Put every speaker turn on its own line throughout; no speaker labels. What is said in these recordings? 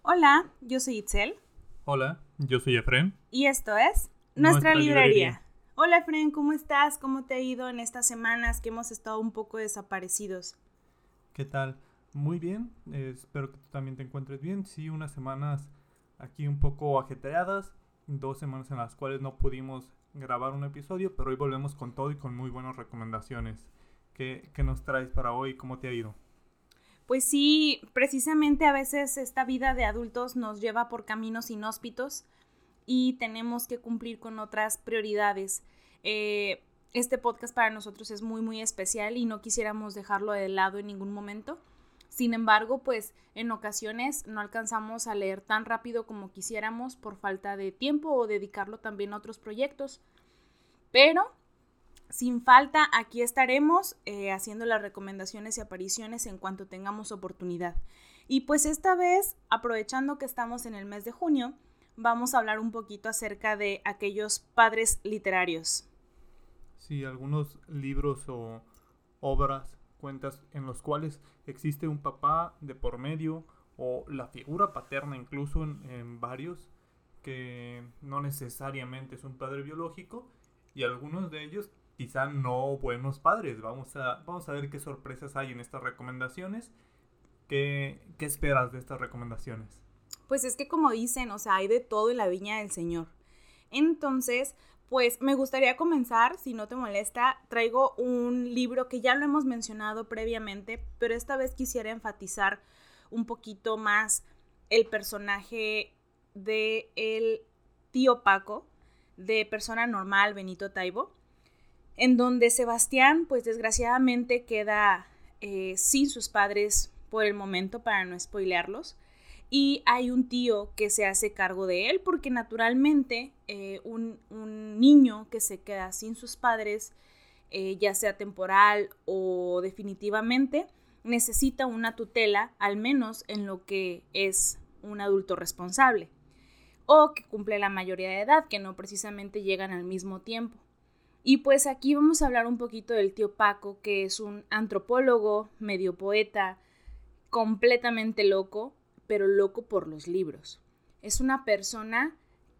Hola, yo soy Itzel.
Hola, yo soy Efren.
Y esto es Nuestra Librería. Hola Efren, ¿cómo estás? ¿Cómo te ha ido en estas semanas que hemos estado un poco desaparecidos?
¿Qué tal? Muy bien, espero que tú también te encuentres bien. Sí, unas semanas aquí un poco ajetreadas, 2 semanas en las cuales no pudimos grabar un episodio, pero hoy volvemos con todo y con muy buenas recomendaciones. ¿Qué nos traes para hoy? ¿Cómo te ha ido?
Pues sí, precisamente a veces esta vida de adultos nos lleva por caminos inhóspitos y tenemos que cumplir con otras prioridades. Este podcast para nosotros es muy especial y no quisiéramos dejarlo de lado en ningún momento. Sin embargo, pues en ocasiones no alcanzamos a leer tan rápido como quisiéramos por falta de tiempo o dedicarlo también a otros proyectos. Pero sin falta, aquí estaremos haciendo las recomendaciones y apariciones en cuanto tengamos oportunidad. Y pues esta vez, aprovechando que estamos en el mes de junio, vamos a hablar un poquito acerca de aquellos padres literarios.
Sí, algunos libros o obras, cuentas en los cuales existe un papá de por medio o la figura paterna incluso en varios que no necesariamente es un padre biológico y algunos de ellos quizá no buenos padres. Vamos a ver qué sorpresas hay en estas recomendaciones. ¿Qué esperas de estas recomendaciones?
Pues es que como dicen, o sea, hay de todo en la viña del Señor. Entonces, pues me gustaría comenzar, si no te molesta, traigo un libro que ya lo hemos mencionado previamente, pero esta vez quisiera enfatizar un poquito más el personaje de el tío Paco, de Persona Normal, Benito Taibo, en donde Sebastián, pues desgraciadamente queda sin sus padres por el momento, para no spoilearlos, y hay un tío que se hace cargo de él porque naturalmente un niño que se queda sin sus padres, ya sea temporal o definitivamente, necesita una tutela, al menos en lo que es un adulto responsable o que cumple la mayoría de edad, que no precisamente llegan al mismo tiempo. Y pues aquí vamos a hablar un poquito del tío Paco, que es un antropólogo, medio poeta, completamente loco, pero loco por los libros. Es una persona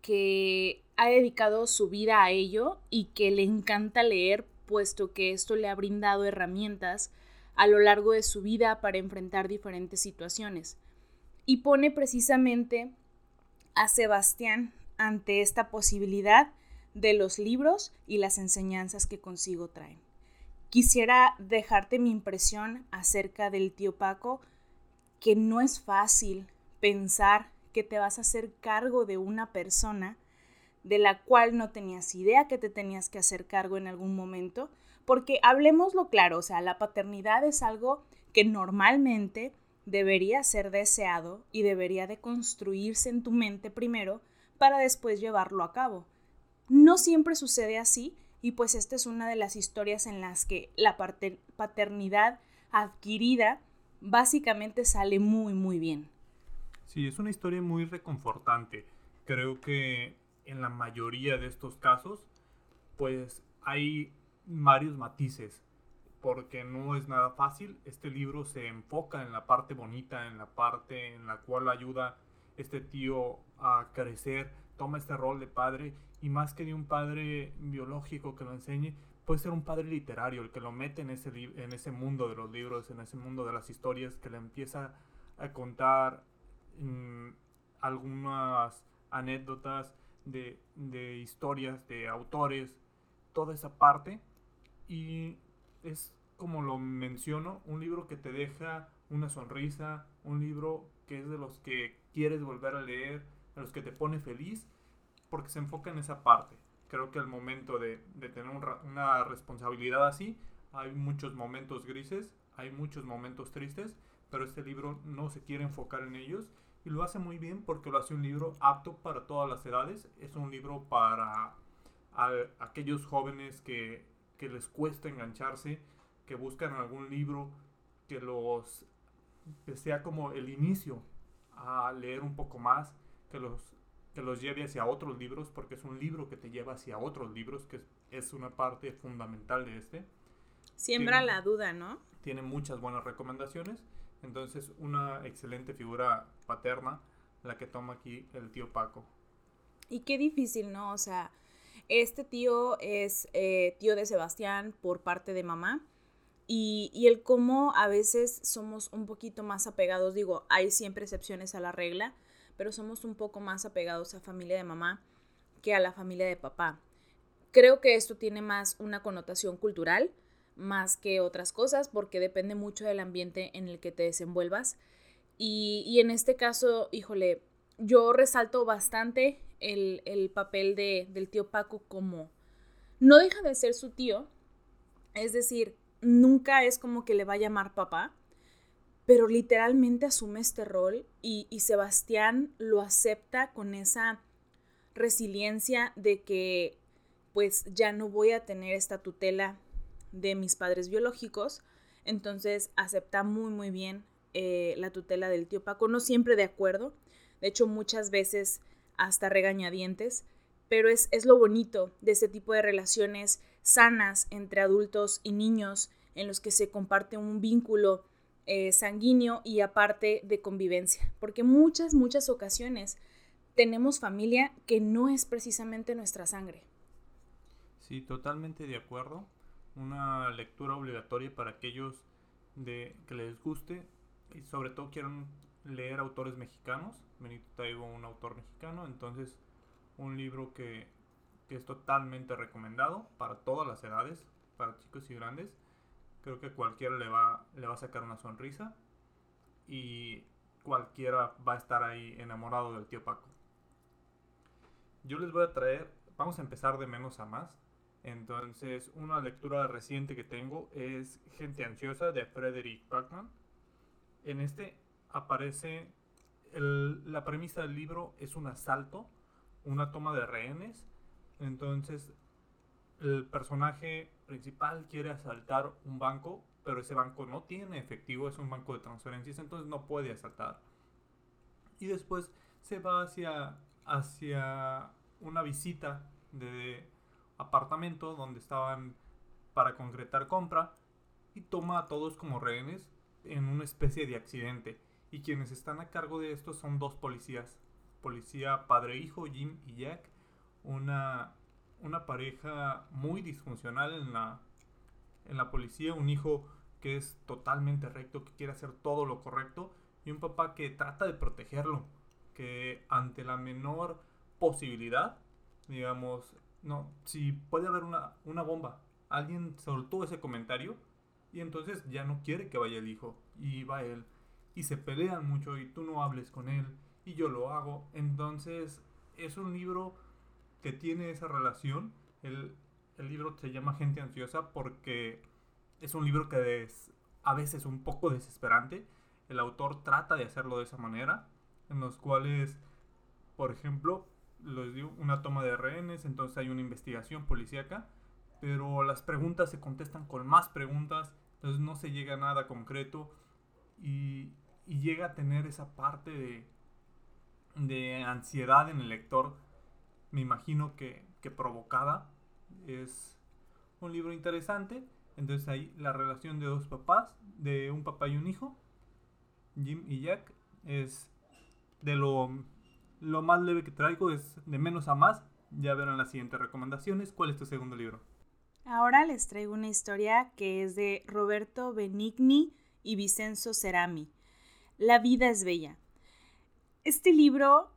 que ha dedicado su vida a ello y que le encanta leer, puesto que esto le ha brindado herramientas a lo largo de su vida para enfrentar diferentes situaciones. Y pone precisamente a Sebastián ante esta posibilidad de los libros y las enseñanzas que consigo traen. Quisiera dejarte mi impresión acerca del tío Paco, que no es fácil pensar que te vas a hacer cargo de una persona de la cual no tenías idea que te tenías que hacer cargo en algún momento, porque hablemoslo claro, o sea, la paternidad es algo que normalmente debería ser deseado y debería de construirse en tu mente primero para después llevarlo a cabo. No siempre sucede así y pues esta es una de las historias en las que la paternidad adquirida básicamente sale muy bien.
Sí, es una historia muy reconfortante. Creo que en la mayoría de estos casos, pues hay varios matices, porque no es nada fácil. Este libro se enfoca en la parte bonita, en la parte en la cual ayuda este tío a crecer, toma este rol de padre y más que de un padre biológico que lo enseñe, puede ser un padre literario, el que lo mete en ese mundo de los libros, en ese mundo de las historias, que le empieza a contar mmm, algunas anécdotas de historias, de autores, toda esa parte. Y es, como lo menciono, un libro que te deja una sonrisa, un libro que es de los que quieres volver a leer, de los que te pone feliz, porque se enfoca en esa parte. Creo que al momento de tener una responsabilidad así, hay muchos momentos grises, hay muchos momentos tristes, pero este libro no se quiere enfocar en ellos y lo hace muy bien porque lo hace un libro apto para todas las edades. Es un libro para aquellos jóvenes que les cuesta engancharse, que buscan algún libro que sea como el inicio a leer un poco más, que los lleve hacia otros libros, porque es un libro que te lleva hacia otros libros, que es una parte fundamental de este.
Siembra la duda, ¿no?
Tiene muchas buenas recomendaciones, entonces una excelente figura paterna la que toma aquí el tío Paco.
Y qué difícil, ¿no? O sea, este tío es tío de Sebastián por parte de mamá. Y el cómo a veces somos un poquito más apegados, digo, hay siempre excepciones a la regla, pero somos un poco más apegados a familia de mamá que a la familia de papá. Creo que esto tiene más una connotación cultural, más que otras cosas, porque depende mucho del ambiente en el que te desenvuelvas. Y en este caso, híjole, yo resalto bastante el papel del tío Paco como no deja de ser su tío, es decir, nunca es como que le va a llamar papá, pero literalmente asume este rol y Sebastián lo acepta con esa resiliencia de que pues ya no voy a tener esta tutela de mis padres biológicos, entonces acepta muy muy bien la tutela del tío Paco, no siempre de acuerdo, de hecho muchas veces hasta regañadientes, pero es lo bonito de este tipo de relaciones sanas entre adultos y niños en los que se comparte un vínculo sanguíneo y aparte de convivencia, porque muchas ocasiones tenemos familia que no es precisamente nuestra sangre.
Sí, totalmente de acuerdo. Una lectura obligatoria para aquellos que les guste y sobre todo quieran leer autores mexicanos. Benito Taibo, un autor mexicano, entonces un libro que es totalmente recomendado para todas las edades, para chicos y grandes. Creo que cualquiera le va a sacar una sonrisa y cualquiera va a estar ahí enamorado del tío Paco. Yo les voy a traer, vamos a empezar de menos a más. Entonces, una lectura reciente que tengo es Gente Ansiosa de Frederick Backman. En este aparece la premisa del libro es un asalto, una toma de rehenes. Entonces, el personaje principal quiere asaltar un banco, pero ese banco no tiene efectivo, es un banco de transferencias, entonces no puede asaltar. Y después se va hacia una visita de apartamento donde estaban para concretar compra y toma a todos como rehenes en una especie de accidente. Y quienes están a cargo de esto son dos policías. Policía padre-hijo, Jim y Jack. Una pareja muy disfuncional en la policía. Un hijo que es totalmente recto, que quiere hacer todo lo correcto. Y un papá que trata de protegerlo. Que ante la menor posibilidad, digamos, no, si puede haber una bomba. Alguien soltó ese comentario y entonces ya no quiere que vaya el hijo. Y va él. Y se pelean mucho y tú no hables con él y yo lo hago. Entonces es un libro que tiene esa relación. El libro se llama Gente Ansiosa porque es un libro que es a veces un poco desesperante. El autor trata de hacerlo de esa manera, en los cuales, por ejemplo, les digo, una toma de rehenes, entonces hay una investigación policíaca, pero las preguntas se contestan con más preguntas, entonces no se llega a nada concreto y llega a tener esa parte de ansiedad en el lector, me imagino que provocada. Es un libro interesante, entonces ahí la relación de dos papás, de un papá y un hijo, Jim y Jack, es de lo más leve que traigo, es de menos a más. Ya verán las siguientes recomendaciones. ¿Cuál es tu segundo libro?
Ahora les traigo una historia que es de Roberto Benigni y Vincenzo Cerami. La vida es bella. Este libro,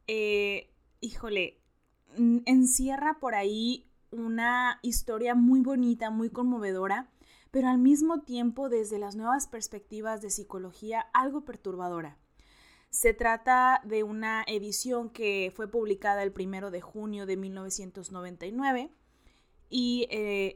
híjole, encierra por ahí una historia muy bonita, muy conmovedora, pero al mismo tiempo desde las nuevas perspectivas de psicología algo perturbadora. Se trata de una edición que fue publicada el 1 de junio de 1999 y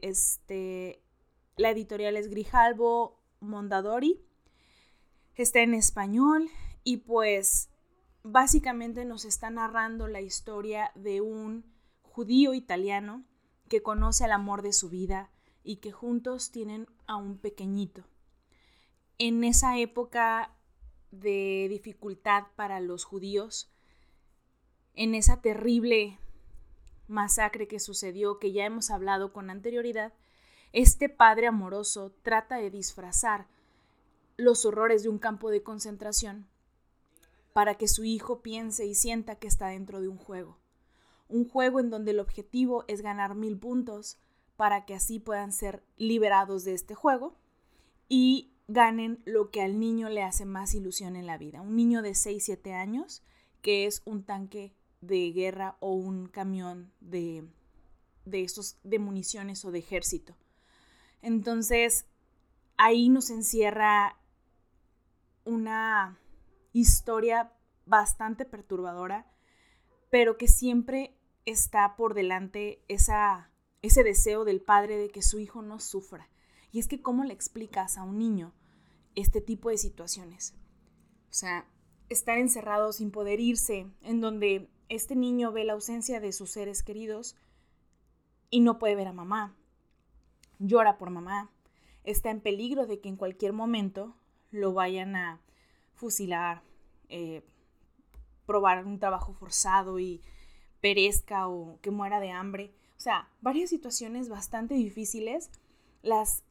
la editorial es Grijalbo Mondadori. Está en español y pues básicamente nos está narrando la historia de un judío italiano que conoce al amor de su vida y que juntos tienen a un pequeñito. En esa época de dificultad para los judíos, en esa terrible masacre que sucedió, que ya hemos hablado con anterioridad, este padre amoroso trata de disfrazar los horrores de un campo de concentración para que su hijo piense y sienta que está dentro de un juego. Un juego en donde el objetivo es ganar 1000 puntos para que así puedan ser liberados de este juego y ganen lo que al niño le hace más ilusión en la vida. Un niño de 6, 7 años que es un tanque de guerra o un camión de municiones o de ejército. Entonces, ahí nos encierra una historia bastante perturbadora, pero que siempre está por delante ese deseo del padre de que su hijo no sufra. Y es que ¿cómo le explicas a un niño este tipo de situaciones? O sea, estar encerrado sin poder irse, en donde este niño ve la ausencia de sus seres queridos y no puede ver a mamá, llora por mamá, está en peligro de que en cualquier momento lo vayan a fusilar, probar un trabajo forzado y perezca o que muera de hambre. O sea, varias situaciones bastante difíciles las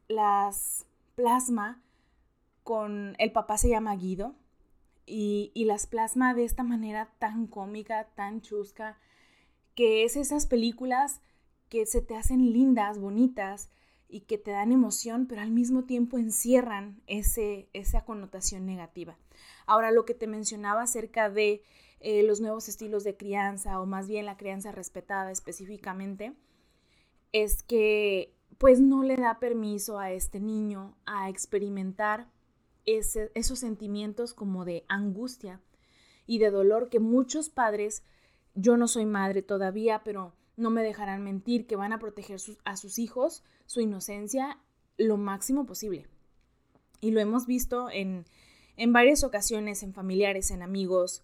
plasma con... El papá se llama Guido y las plasma de esta manera tan cómica, tan chusca, que es esas películas que se te hacen lindas, bonitas y que te dan emoción, pero al mismo tiempo encierran esa connotación negativa. Ahora, lo que te mencionaba acerca de los nuevos estilos de crianza, o más bien la crianza respetada específicamente, es que pues no le da permiso a este niño a experimentar esos sentimientos como de angustia y de dolor que muchos padres, yo no soy madre todavía, pero no me dejarán mentir, que van a proteger a sus hijos, su inocencia, lo máximo posible. Y lo hemos visto en varias ocasiones, en familiares, en amigos,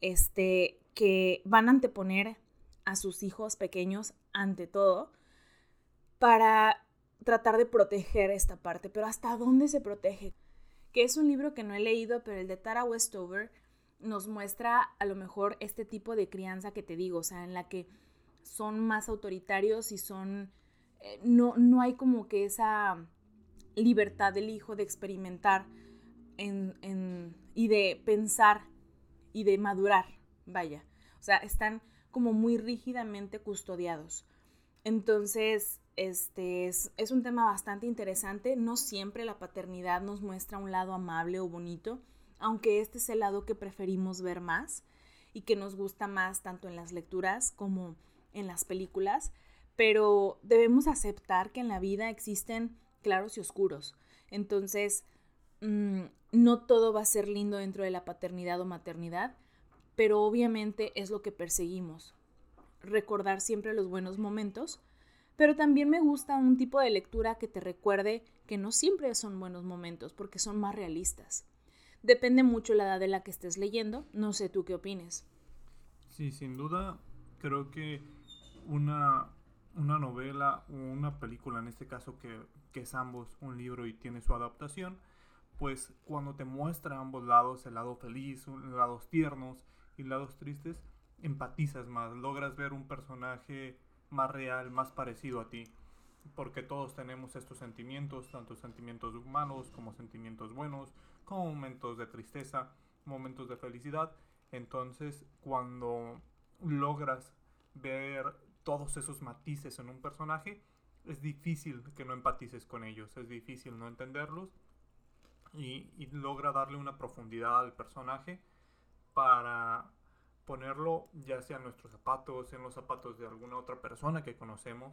que van a anteponer a sus hijos pequeños ante todo para tratar de proteger esta parte. Pero ¿hasta dónde se protege? Que es un libro que no he leído, pero el de Tara Westover nos muestra a lo mejor este tipo de crianza que te digo, o sea, en la que son más autoritarios y son... no hay como que esa libertad del hijo de experimentar y de pensar y de madurar, vaya. O sea, están como muy rígidamente custodiados. Entonces, es un tema bastante interesante. No siempre la paternidad nos muestra un lado amable o bonito, aunque este es el lado que preferimos ver más y que nos gusta más tanto en las lecturas como en las películas, pero debemos aceptar que en la vida existen claros y oscuros. Entonces, no todo va a ser lindo dentro de la paternidad o maternidad, pero obviamente es lo que perseguimos. Recordar siempre los buenos momentos, pero también me gusta un tipo de lectura que te recuerde que no siempre son buenos momentos, porque son más realistas. Depende mucho la edad de la que estés leyendo, no sé tú qué opines.
Sí, sin duda, creo que una novela o una película, en este caso que es ambos un libro y tiene su adaptación, pues cuando te muestra ambos lados, el lado feliz, lados tiernos y lados tristes, empatizas más, logras ver un personaje más real, más parecido a ti, porque todos tenemos estos sentimientos, tanto sentimientos humanos como sentimientos buenos, como momentos de tristeza, momentos de felicidad. Entonces, cuando logras ver todos esos matices en un personaje, es difícil que no empatices con ellos, es difícil no entenderlos y logra darle una profundidad al personaje para ponerlo ya sea en nuestros zapatos, en los zapatos de alguna otra persona que conocemos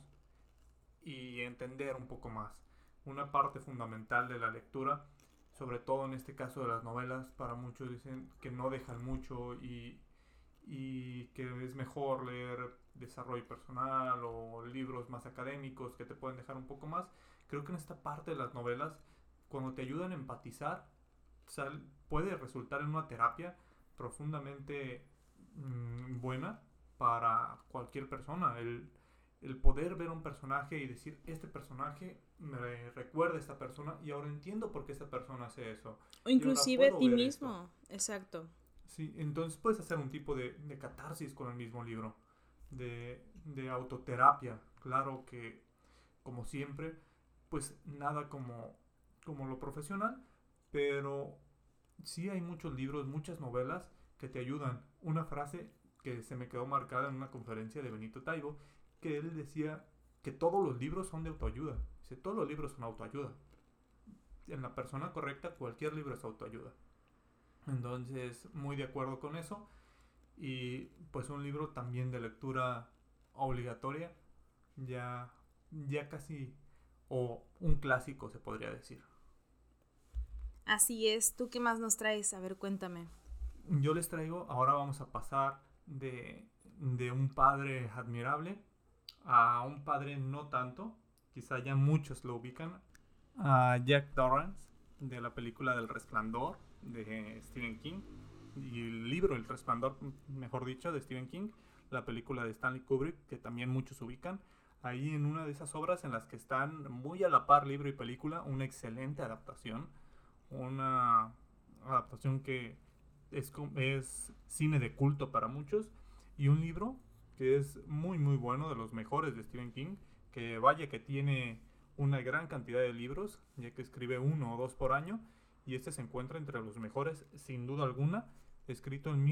y entender un poco más. Una parte fundamental de la lectura, sobre todo en este caso de las novelas, para muchos dicen que no dejan mucho y que es mejor leer desarrollo personal o libros más académicos que te pueden dejar un poco más. Creo que en esta parte de las novelas, cuando te ayudan a empatizar, puede resultar en una terapia profundamente buena para cualquier persona. El poder ver un personaje y decir, este personaje me recuerda a esta persona y ahora entiendo por qué esta persona hace eso.
O inclusive a ti mismo, exacto.
Sí, entonces puedes hacer un tipo de catarsis con el mismo libro, de autoterapia. Claro que, como siempre, pues nada como lo profesional, pero sí hay muchos libros, muchas novelas que te ayudan. Una frase que se me quedó marcada en una conferencia de Benito Taibo, que él decía que todos los libros son de autoayuda. Dice, todos los libros son autoayuda. En la persona correcta, cualquier libro es autoayuda. Entonces, muy de acuerdo con eso. Y pues un libro también de lectura obligatoria, ya casi, o un clásico se podría decir.
Así es. ¿Tú qué más nos traes? A ver, cuéntame.
Yo les traigo, ahora vamos a pasar de un padre admirable a un padre no tanto, quizá ya muchos lo ubican, a Jack Torrance, de la película del Resplandor de Stephen King, y el libro El Resplandor, mejor dicho, de Stephen King, la película de Stanley Kubrick, que también muchos ubican. Ahí en una de esas obras en las que están muy a la par libro y película, una excelente adaptación, una adaptación que es cine de culto para muchos, y un libro que es muy muy bueno, de los mejores de Stephen King, que vaya que tiene una gran cantidad de libros, ya que escribe 1 o 2 por año, y este se encuentra entre los mejores sin duda alguna, escrito en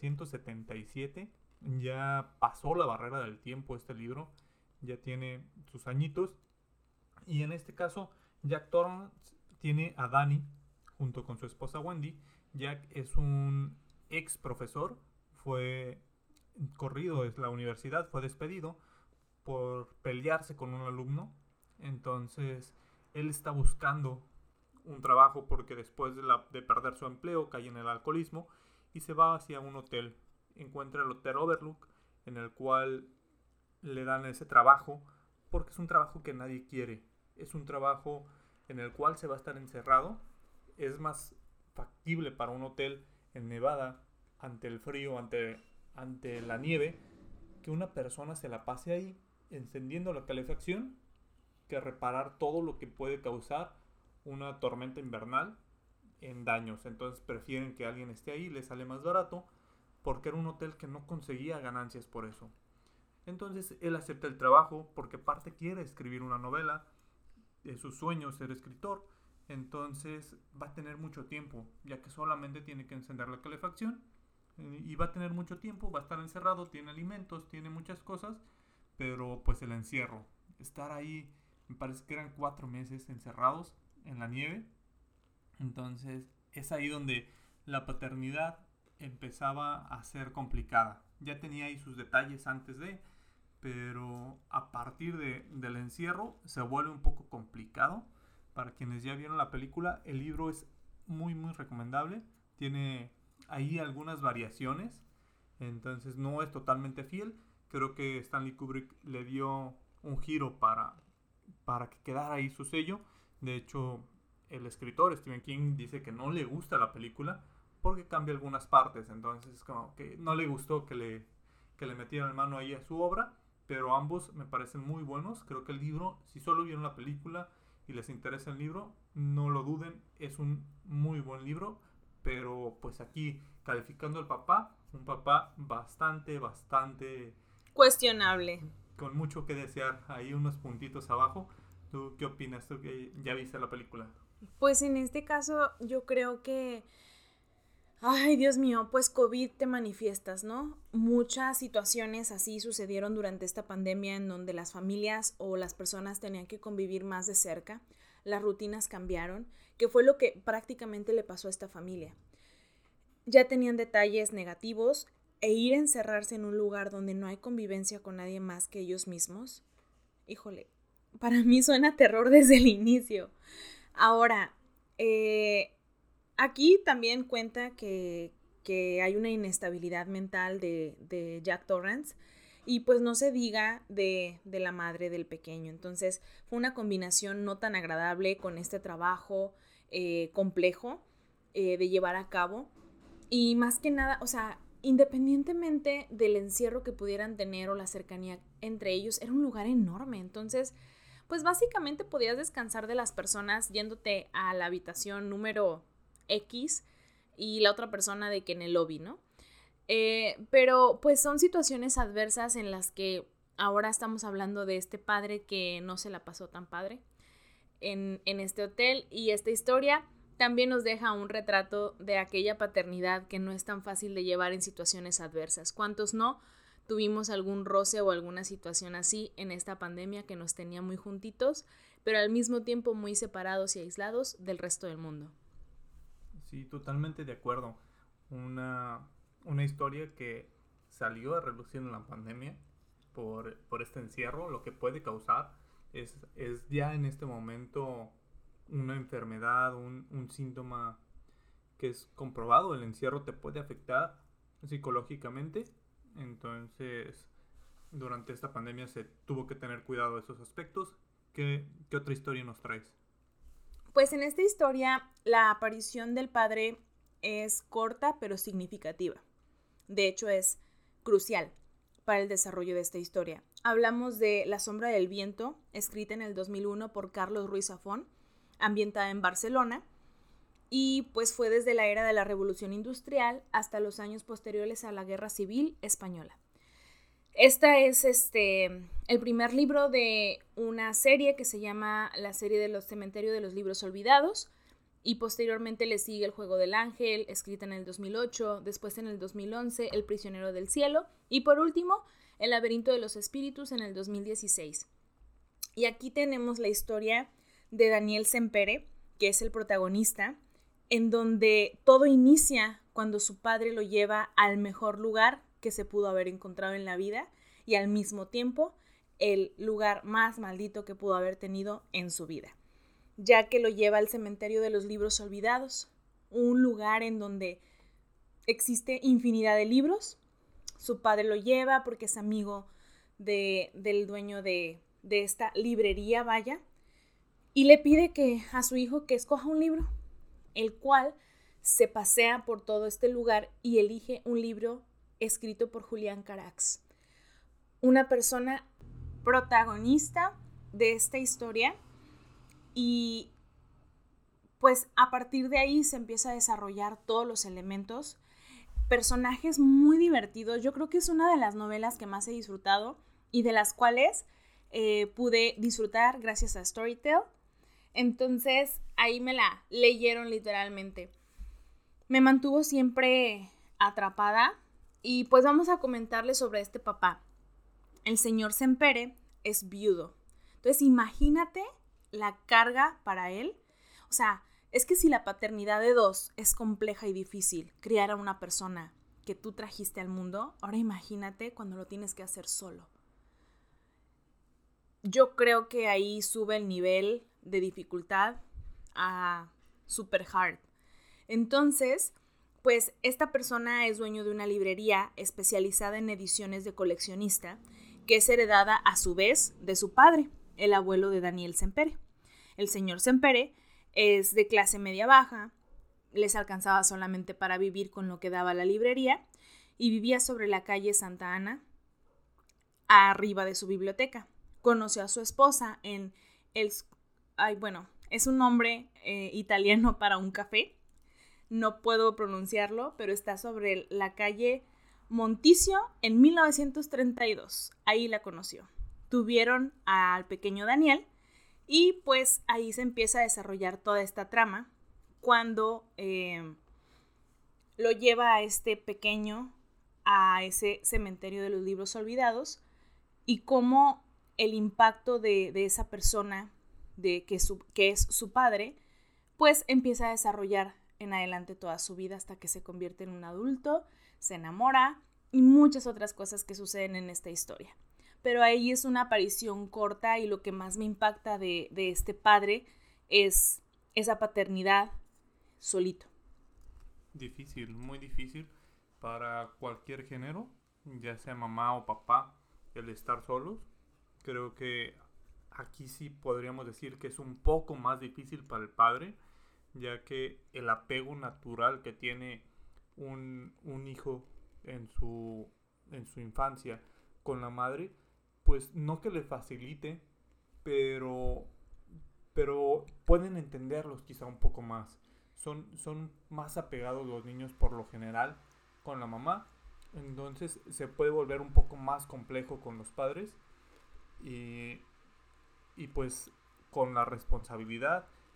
1977, ya pasó la barrera del tiempo este libro, ya tiene sus añitos, y en este caso Jack Torrance tiene a Danny junto con su esposa Wendy. Jack es un ex profesor, fue corrido de la universidad, fue despedido por pelearse con un alumno. Entonces él está buscando un trabajo porque después de perder su empleo cae en el alcoholismo y se va hacia un hotel. Encuentra el Hotel Overlook, en el cual le dan ese trabajo porque es un trabajo que nadie quiere. Es un trabajo en el cual se va a estar encerrado. Es más factible para un hotel en Nevada, ante el frío, ante la nieve, que una persona se la pase ahí encendiendo la calefacción, que reparar todo lo que puede causar una tormenta invernal en daños. Entonces prefieren que alguien esté ahí, les sale más barato, porque era un hotel que no conseguía ganancias por eso. Entonces él acepta el trabajo porque aparte quiere escribir una novela, es su sueño ser escritor. Entonces va a tener mucho tiempo, ya que solamente tiene que encender la calefacción y va a tener mucho tiempo, va a estar encerrado, tiene alimentos, tiene muchas cosas, pero pues el encierro, estar ahí, me parece que eran 4 meses encerrados en la nieve. Entonces es ahí donde la paternidad empezaba a ser complicada. Ya tenía ahí sus detalles antes de, pero a partir del encierro se vuelve un poco complicado. Para quienes ya vieron la película, el libro es muy muy recomendable, tiene ahí algunas variaciones, entonces no es totalmente fiel. Creo que Stanley Kubrick le dio un giro para que quedara ahí su sello. De hecho, el escritor Stephen King dice que no le gusta la película porque cambia algunas partes, entonces como que no le gustó que le metieran mano ahí a su obra, pero ambos me parecen muy buenos. Creo que el libro, si solo vieron la película y les interesa el libro, no lo duden, es un muy buen libro. Pero pues aquí calificando al papá, un papá bastante
cuestionable,
con mucho que desear, ahí unos puntitos abajo. ¿Tú qué opinas? ¿Tú que ya viste la película?
Pues en este caso yo creo que, ay Dios mío, pues COVID te manifiestas, ¿no? Muchas situaciones así sucedieron durante esta pandemia en donde las familias o las personas tenían que convivir más de cerca, las rutinas cambiaron, que fue lo que prácticamente le pasó a esta familia. Ya tenían detalles negativos e ir a encerrarse en un lugar donde no hay convivencia con nadie más que ellos mismos, híjole, para mí suena terror desde el inicio. Ahora, aquí también cuenta que hay una inestabilidad mental de Jack Torrance y pues no se diga de la madre del pequeño. Entonces fue una combinación no tan agradable con este trabajo complejo de llevar a cabo. Y más que nada, o sea, independientemente del encierro que pudieran tener o la cercanía entre ellos, era un lugar enorme. Entonces, pues básicamente podías descansar de las personas yéndote a la habitación número X y la otra persona de que en el lobby, ¿no? Pero pues son situaciones adversas en las que ahora estamos hablando de este padre que no se la pasó tan padre en este hotel, y esta historia también nos deja un retrato de aquella paternidad que no es tan fácil de llevar en situaciones adversas. ¿Cuántos no tuvimos algún roce o alguna situación así en esta pandemia que nos tenía muy juntitos, pero al mismo tiempo muy separados y aislados del resto del mundo?
Sí, totalmente de acuerdo. Una historia que salió a relucir en la pandemia por este encierro, lo que puede causar es ya en este momento una enfermedad, un síntoma que es comprobado. El encierro te puede afectar psicológicamente. Entonces, durante esta pandemia se tuvo que tener cuidado de esos aspectos. ¿Qué otra historia nos traes?
Pues en esta historia la aparición del padre es corta pero significativa. De hecho es crucial para el desarrollo de esta historia. Hablamos de La sombra del viento, escrita en el 2001 por Carlos Ruiz Zafón, ambientada en Barcelona, y pues fue desde la era de la Revolución Industrial hasta los años posteriores a la Guerra Civil Española. Esta es el primer libro de una serie que se llama la serie de los Cementerios de los Libros Olvidados, y posteriormente le sigue El juego del ángel, escrita en el 2008, después en el 2011 El prisionero del cielo, y por último El laberinto de los espíritus en el 2016. Y aquí tenemos la historia de Daniel Sempere, que es el protagonista, en donde todo inicia cuando su padre lo lleva al mejor lugar que se pudo haber encontrado en la vida y al mismo tiempo el lugar más maldito que pudo haber tenido en su vida, ya que lo lleva al cementerio de los libros olvidados, un lugar en donde existe infinidad de libros. Su padre lo lleva porque es amigo del dueño de esta librería, vaya, y le pide a su hijo que escoja un libro, el cual se pasea por todo este lugar y elige un libro escrito por Julián Carax, una persona protagonista de esta historia. Y pues a partir de ahí se empieza a desarrollar todos los elementos, personajes muy divertidos. Yo creo que es una de las novelas que más he disfrutado y de las cuales pude disfrutar gracias a Storytel. Entonces ahí me la leyeron literalmente. Me mantuvo siempre atrapada y pues vamos a comentarles sobre este papá. El señor Sempere es viudo. Entonces imagínate la carga para él. O sea, es que si la paternidad de dos es compleja y difícil, criar a una persona que tú trajiste al mundo, ahora imagínate cuando lo tienes que hacer solo. Yo creo que ahí sube el nivel de dificultad a super hard. Entonces, pues esta persona es dueño de una librería especializada en ediciones de coleccionista, que es heredada a su vez de su padre, el abuelo de Daniel Sempere. El señor Sempere es de clase media baja, les alcanzaba solamente para vivir con lo que daba la librería y vivía sobre la calle Santa Ana, arriba de su biblioteca. Conoció a su esposa en es un nombre italiano para un café, no puedo pronunciarlo, pero está sobre la calle Monticio en 1932. Ahí la conoció. Tuvieron al pequeño Daniel y pues ahí se empieza a desarrollar toda esta trama cuando lo lleva a este pequeño a ese cementerio de los libros olvidados y cómo el impacto de esa persona que es su padre, pues empieza a desarrollar en adelante toda su vida hasta que se convierte en un adulto, se enamora y muchas otras cosas que suceden en esta historia. Pero ahí es una aparición corta y lo que más me impacta de este padre es esa paternidad solito.
Difícil, muy difícil para cualquier género, ya sea mamá o papá, el estar solos. Creo que aquí sí podríamos decir que es un poco más difícil para el padre, ya que el apego natural que tiene un hijo en su infancia con la madre, pues no que le facilite, pero pueden entenderlos quizá un poco más. Son más apegados los niños por lo general con la mamá, entonces se puede volver un poco más complejo con los padres y pues con la responsabilidad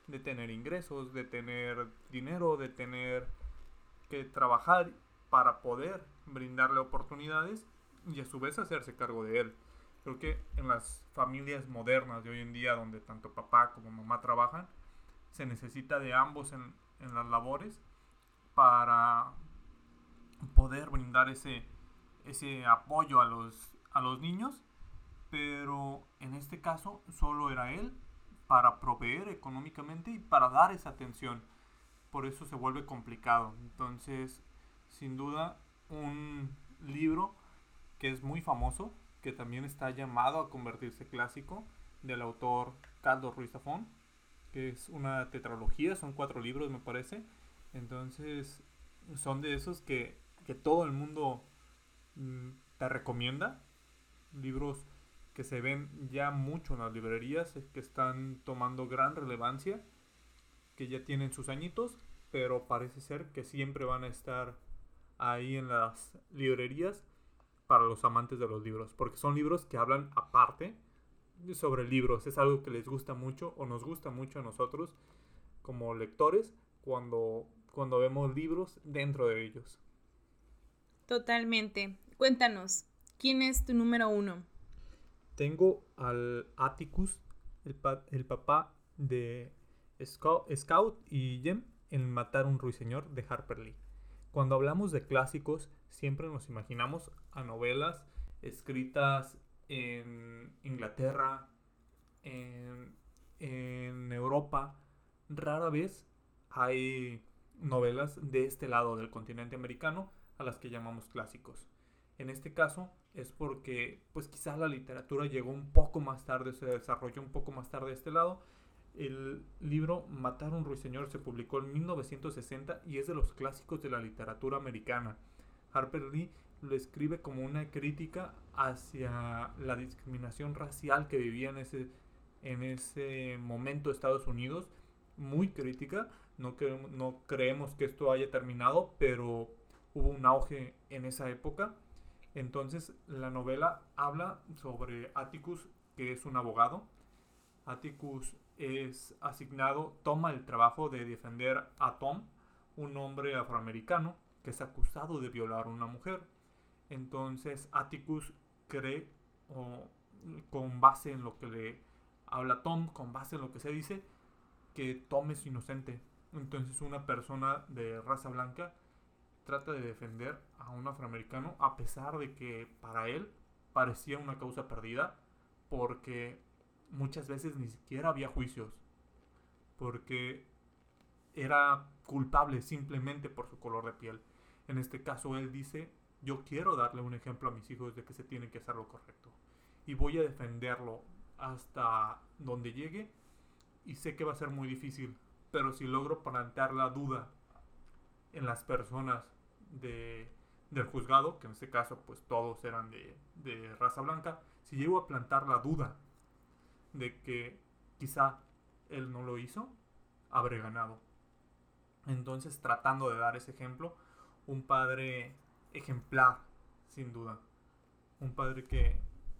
de tener ingresos, de tener dinero, de tener que trabajar para poder brindarle oportunidades y a su vez hacerse cargo de él. Creo que en las familias modernas de hoy en día, donde tanto papá como mamá trabajan, se necesita de ambos en las labores para poder brindar ese apoyo a los niños, pero en este caso solo era él para proveer económicamente y para dar esa atención. Por eso se vuelve complicado. Entonces, sin duda, un libro que es muy famoso, que también está llamado a convertirse clásico, del autor Carlos Ruiz Zafón, que es una tetralogía, son 4 libros me parece. Entonces, son de esos que todo el mundo te recomienda. Libros que se ven ya mucho en las librerías, que están tomando gran relevancia, que ya tienen sus añitos, pero parece ser que siempre van a estar ahí en las librerías para los amantes de los libros, porque son libros que hablan aparte sobre libros. Es algo que les gusta mucho o nos gusta mucho a nosotros como lectores cuando vemos libros dentro de ellos.
Totalmente. Cuéntanos, ¿quién es tu número 1?
Tengo al Atticus, el papá de Scout y Jem en Matar a un ruiseñor de Harper Lee. Cuando hablamos de clásicos, siempre nos imaginamos a novelas escritas en Inglaterra, en Europa. Rara vez hay novelas de este lado del continente americano a las que llamamos clásicos. En este caso es porque pues quizás la literatura llegó un poco más tarde, se desarrolló un poco más tarde de este lado. El libro Matar a un ruiseñor se publicó en 1960 y es de los clásicos de la literatura americana. Harper Lee lo escribe como una crítica hacia la discriminación racial que vivía en ese momento Estados Unidos, muy crítica. No creemos que esto haya terminado, pero hubo un auge en esa época. Entonces la novela habla sobre Atticus, que es un abogado. Atticus es asignado, toma el trabajo de defender a Tom, un hombre afroamericano que es acusado de violar a una mujer. Entonces Atticus cree, con base en lo que le habla Tom, con base en lo que se dice, que Tom es inocente. Entonces una persona de raza blanca trata de defender a un afroamericano a pesar de que para él parecía una causa perdida, porque muchas veces ni siquiera había juicios, porque era culpable simplemente por su color de piel. En este caso él dice: yo quiero darle un ejemplo a mis hijos de que se tiene que hacer lo correcto y voy a defenderlo hasta donde llegue, y sé que va a ser muy difícil, pero si logro plantear la duda en las personas del juzgado, que en este caso pues todos eran de raza blanca, si llego a plantar la duda de que quizá él no lo hizo, habré ganado. Entonces, tratando de dar ese ejemplo, un padre ejemplar, sin duda, un padre que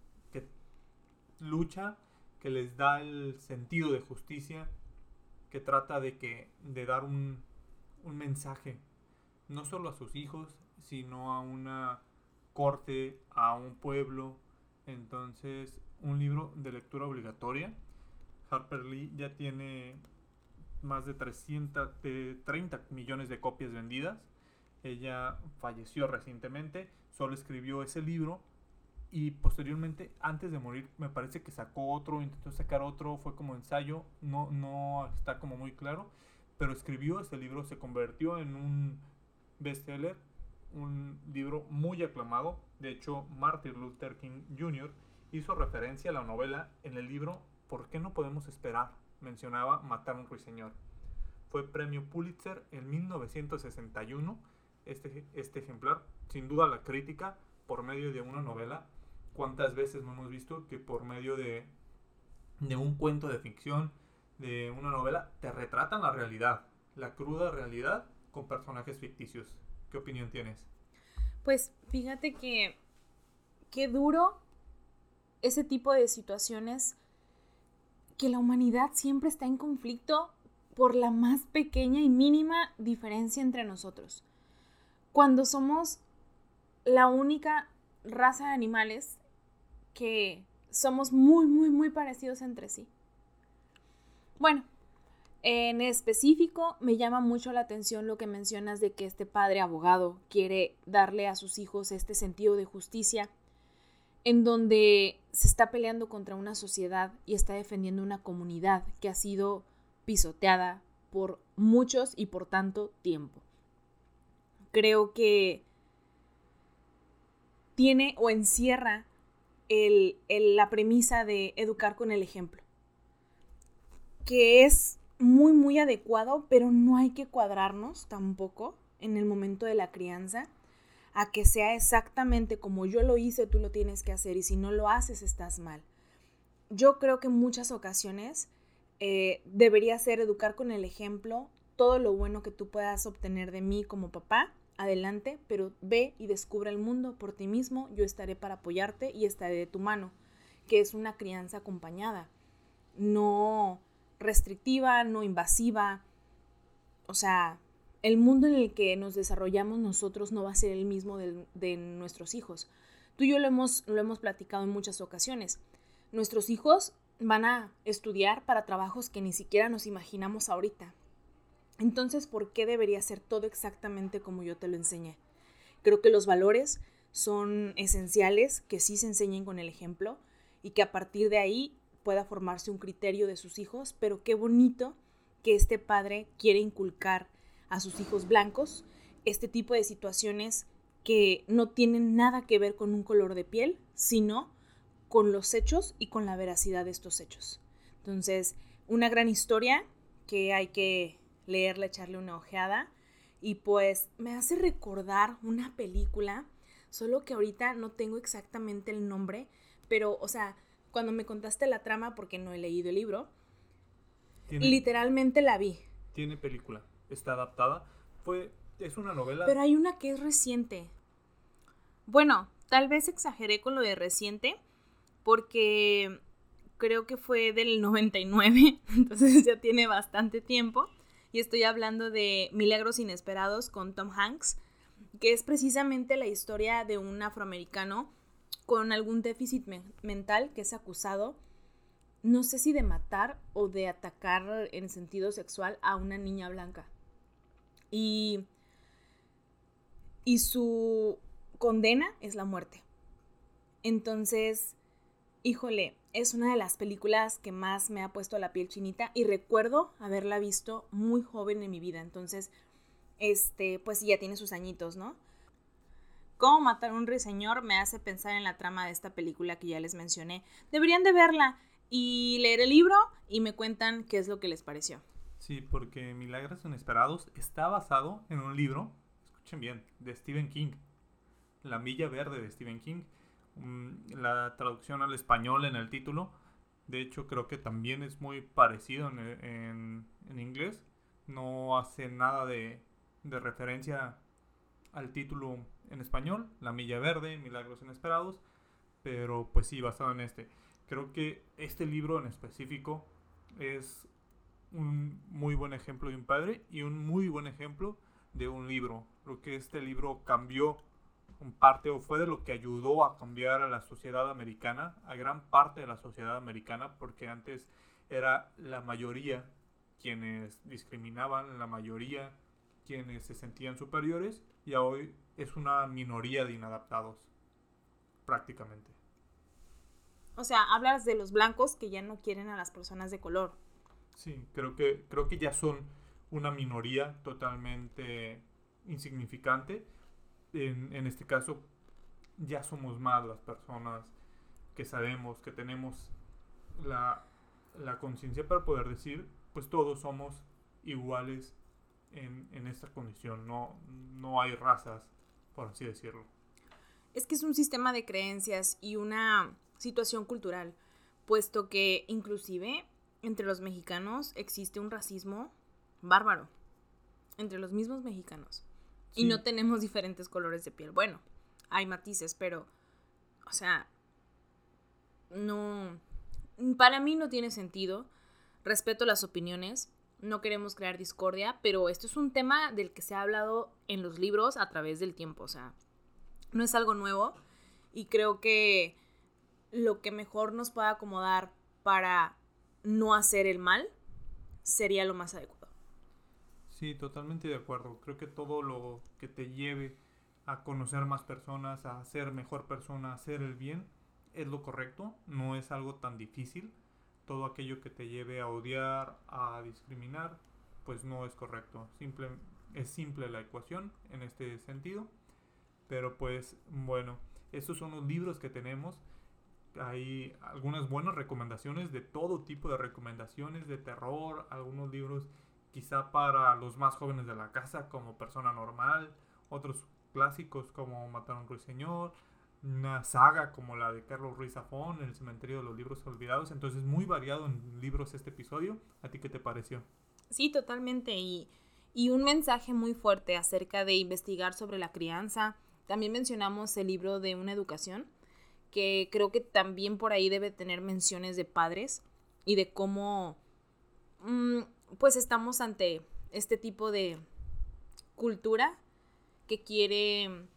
lucha, que les da el sentido de justicia, que trata de dar un mensaje no solo a sus hijos, sino a una corte, a un pueblo. Entonces, un libro de lectura obligatoria. Harper Lee ya tiene más de 30 millones de copias vendidas. Ella falleció recientemente, solo escribió ese libro y posteriormente, antes de morir, me parece que sacó otro, intentó sacar otro, fue como ensayo, no está como muy claro, pero escribió ese libro, se convirtió en un bestseller, un libro muy aclamado. De hecho, Martin Luther King Jr. hizo referencia a la novela en el libro ¿Por qué no podemos esperar? Mencionaba Matar a un ruiseñor. Fue premio Pulitzer en 1961 este ejemplar. Sin duda la crítica por medio de una novela. ¿Cuántas veces no hemos visto que por medio de un cuento de ficción, de una novela, te retratan la realidad, la cruda realidad, con personajes ficticios? ¿Qué opinión tienes?
Pues fíjate que qué duro ese tipo de situaciones, que la humanidad siempre está en conflicto por la más pequeña y mínima diferencia entre nosotros. Cuando somos la única raza de animales que somos muy, muy, muy parecidos entre sí. Bueno, en específico me llama mucho la atención lo que mencionas de que este padre abogado quiere darle a sus hijos este sentido de justicia, en donde se está peleando contra una sociedad y está defendiendo una comunidad que ha sido pisoteada por muchos y por tanto tiempo. Creo que tiene o encierra la premisa de educar con el ejemplo, que es muy, muy adecuado, pero no hay que cuadrarnos tampoco en el momento de la crianza a que sea exactamente como yo lo hice, tú lo tienes que hacer, y si no lo haces, estás mal. Yo creo que en muchas ocasiones debería ser educar con el ejemplo. Todo lo bueno que tú puedas obtener de mí como papá, adelante, pero ve y descubre el mundo por ti mismo. Yo estaré para apoyarte y estaré de tu mano, que es una crianza acompañada, no restrictiva, no invasiva. O sea, el mundo en el que nos desarrollamos nosotros no va a ser el mismo de nuestros hijos. Tú y yo lo hemos platicado en muchas ocasiones. Nuestros hijos van a estudiar para trabajos que ni siquiera nos imaginamos ahorita. Entonces, ¿por qué debería ser todo exactamente como yo te lo enseñé? Creo que los valores son esenciales, que sí se enseñen con el ejemplo y que a partir de ahí pueda formarse un criterio de sus hijos, pero qué bonito que este padre quiere inculcar a sus hijos blancos este tipo de situaciones que no tienen nada que ver con un color de piel, sino con los hechos y con la veracidad de estos hechos. Entonces, una gran historia que hay que leerla, echarle una ojeada, y pues me hace recordar una película, solo que ahorita no tengo exactamente el nombre, pero, o sea, cuando me contaste la trama, porque no he leído el libro, literalmente la vi.
Tiene película, está adaptada, es una novela.
Pero hay una que es reciente. Bueno, tal vez exageré con lo de reciente, porque creo que fue del 99, entonces ya tiene bastante tiempo. Y estoy hablando de Milagros Inesperados con Tom Hanks, que es precisamente la historia de un afroamericano con algún déficit mental que es acusado, no sé si de matar o de atacar en sentido sexual a una niña blanca. Y su condena es la muerte. Entonces, híjole, es una de las películas que más me ha puesto la piel chinita y recuerdo haberla visto muy joven en mi vida. Entonces, pues ya tiene sus añitos, ¿no? Cómo matar a un ruiseñor me hace pensar en la trama de esta película que ya les mencioné. Deberían de verla y leer el libro y me cuentan qué es lo que les pareció.
Sí, porque Milagros Inesperados está basado en un libro, escuchen bien, de Stephen King. La Milla Verde de Stephen King. La traducción al español en el título, de hecho creo que también es muy parecido en inglés. No hace nada de referencia al título en español, La Milla Verde, Milagros Inesperados, pero pues sí, basado en este. Creo que este libro en específico es un muy buen ejemplo de un padre y un muy buen ejemplo de un libro. Creo que este libro cambió en parte, o fue de lo que ayudó a cambiar a la sociedad americana, a gran parte de la sociedad americana, porque antes era la mayoría quienes discriminaban, la mayoría quienes se sentían superiores, y hoy es una minoría de inadaptados, prácticamente.
O sea, hablas de los blancos que ya no quieren a las personas de color.
Sí, creo que ya son una minoría totalmente insignificante. En este caso, ya somos más las personas que sabemos, que tenemos la conciencia para poder decir, pues todos somos iguales en esta condición. No hay razas, por así decirlo.
Es que es un sistema de creencias y una situación cultural, puesto que inclusive entre los mexicanos existe un racismo bárbaro, entre los mismos mexicanos. Sí. Y no tenemos diferentes colores de piel. Bueno, hay matices, pero, o sea, no, para mí no tiene sentido. Respeto las opiniones, no queremos crear discordia, pero esto es un tema del que se ha hablado en los libros a través del tiempo, o sea, no es algo nuevo y creo que lo que mejor nos pueda acomodar para no hacer el mal sería lo más adecuado.
Sí, totalmente de acuerdo. Creo que todo lo que te lleve a conocer más personas, a ser mejor persona, a hacer el bien, es lo correcto. No es algo tan difícil. Todo aquello que te lleve a odiar, a discriminar, pues no es correcto. Es simple la ecuación en este sentido. Pero pues bueno, estos son los libros que tenemos. Hay algunas buenas recomendaciones, de todo tipo de recomendaciones, de terror, algunos libros quizá para los más jóvenes de la casa como Persona Normal, otros clásicos como Matar a un Ruiseñor, una saga como la de Carlos Ruiz Zafón, El Cementerio de los Libros Olvidados. Entonces muy variado en libros este episodio. ¿A ti qué te pareció?
Sí, totalmente, y un mensaje muy fuerte acerca de investigar sobre la crianza. También mencionamos el libro de Una Educación, que creo que también por ahí debe tener menciones de padres y de cómo pues estamos ante este tipo de cultura que quiere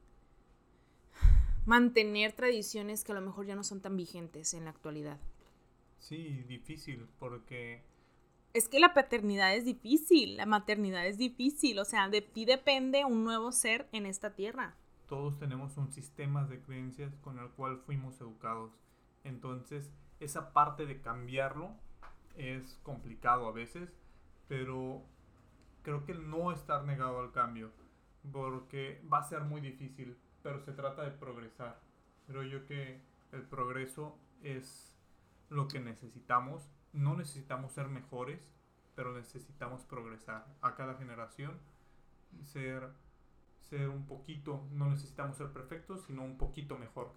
mantener tradiciones que a lo mejor ya no son tan vigentes en la actualidad.
Sí, difícil, porque
es que la paternidad es difícil, la maternidad es difícil, o sea, de ti depende un nuevo ser en esta tierra.
Todos tenemos un sistema de creencias con el cual fuimos educados. Entonces, esa parte de cambiarlo es complicado a veces, pero creo que no estar negado al cambio, porque va a ser muy difícil, pero se trata de progresar. Creo yo que el progreso es lo que necesitamos. No necesitamos ser mejores, pero necesitamos progresar a cada generación, ser un poquito, no necesitamos ser perfectos, sino un poquito mejor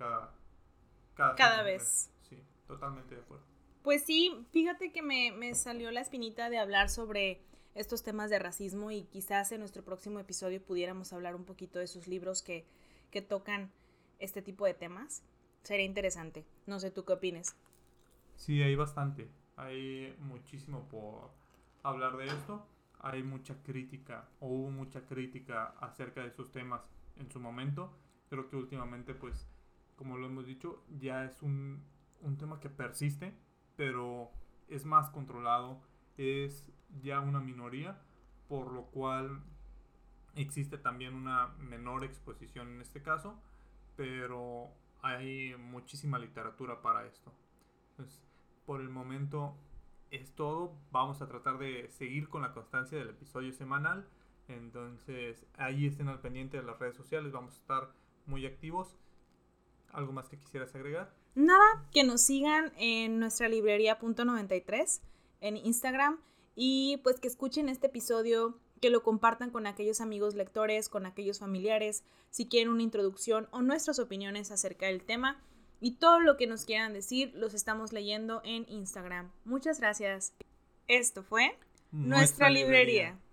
cada
vez.
Sí, totalmente de acuerdo.
Pues sí, fíjate que me salió la espinita de hablar sobre estos temas de racismo y quizás en nuestro próximo episodio pudiéramos hablar un poquito de sus libros que tocan este tipo de temas. Sería interesante. No sé, ¿tú qué opines?
Sí, hay bastante. Hay muchísimo por hablar de esto. Hay mucha crítica, o hubo mucha crítica acerca de esos temas en su momento. Creo que últimamente, pues, como lo hemos dicho, ya es un tema que persiste, pero es más controlado, es ya una minoría, por lo cual existe también una menor exposición en este caso, pero hay muchísima literatura para esto. Entonces, por el momento es todo. Vamos a tratar de seguir con la constancia del episodio semanal. Entonces, ahí estén al pendiente de las redes sociales. Vamos a estar muy activos. ¿Algo más que quisieras agregar?
Nada, que nos sigan en nuestra librería .93 en Instagram y pues que escuchen este episodio, que lo compartan con aquellos amigos lectores, con aquellos familiares, si quieren una introducción o nuestras opiniones acerca del tema. Y todo lo que nos quieran decir los estamos leyendo en Instagram. Muchas gracias. Esto fue Nuestra Librería.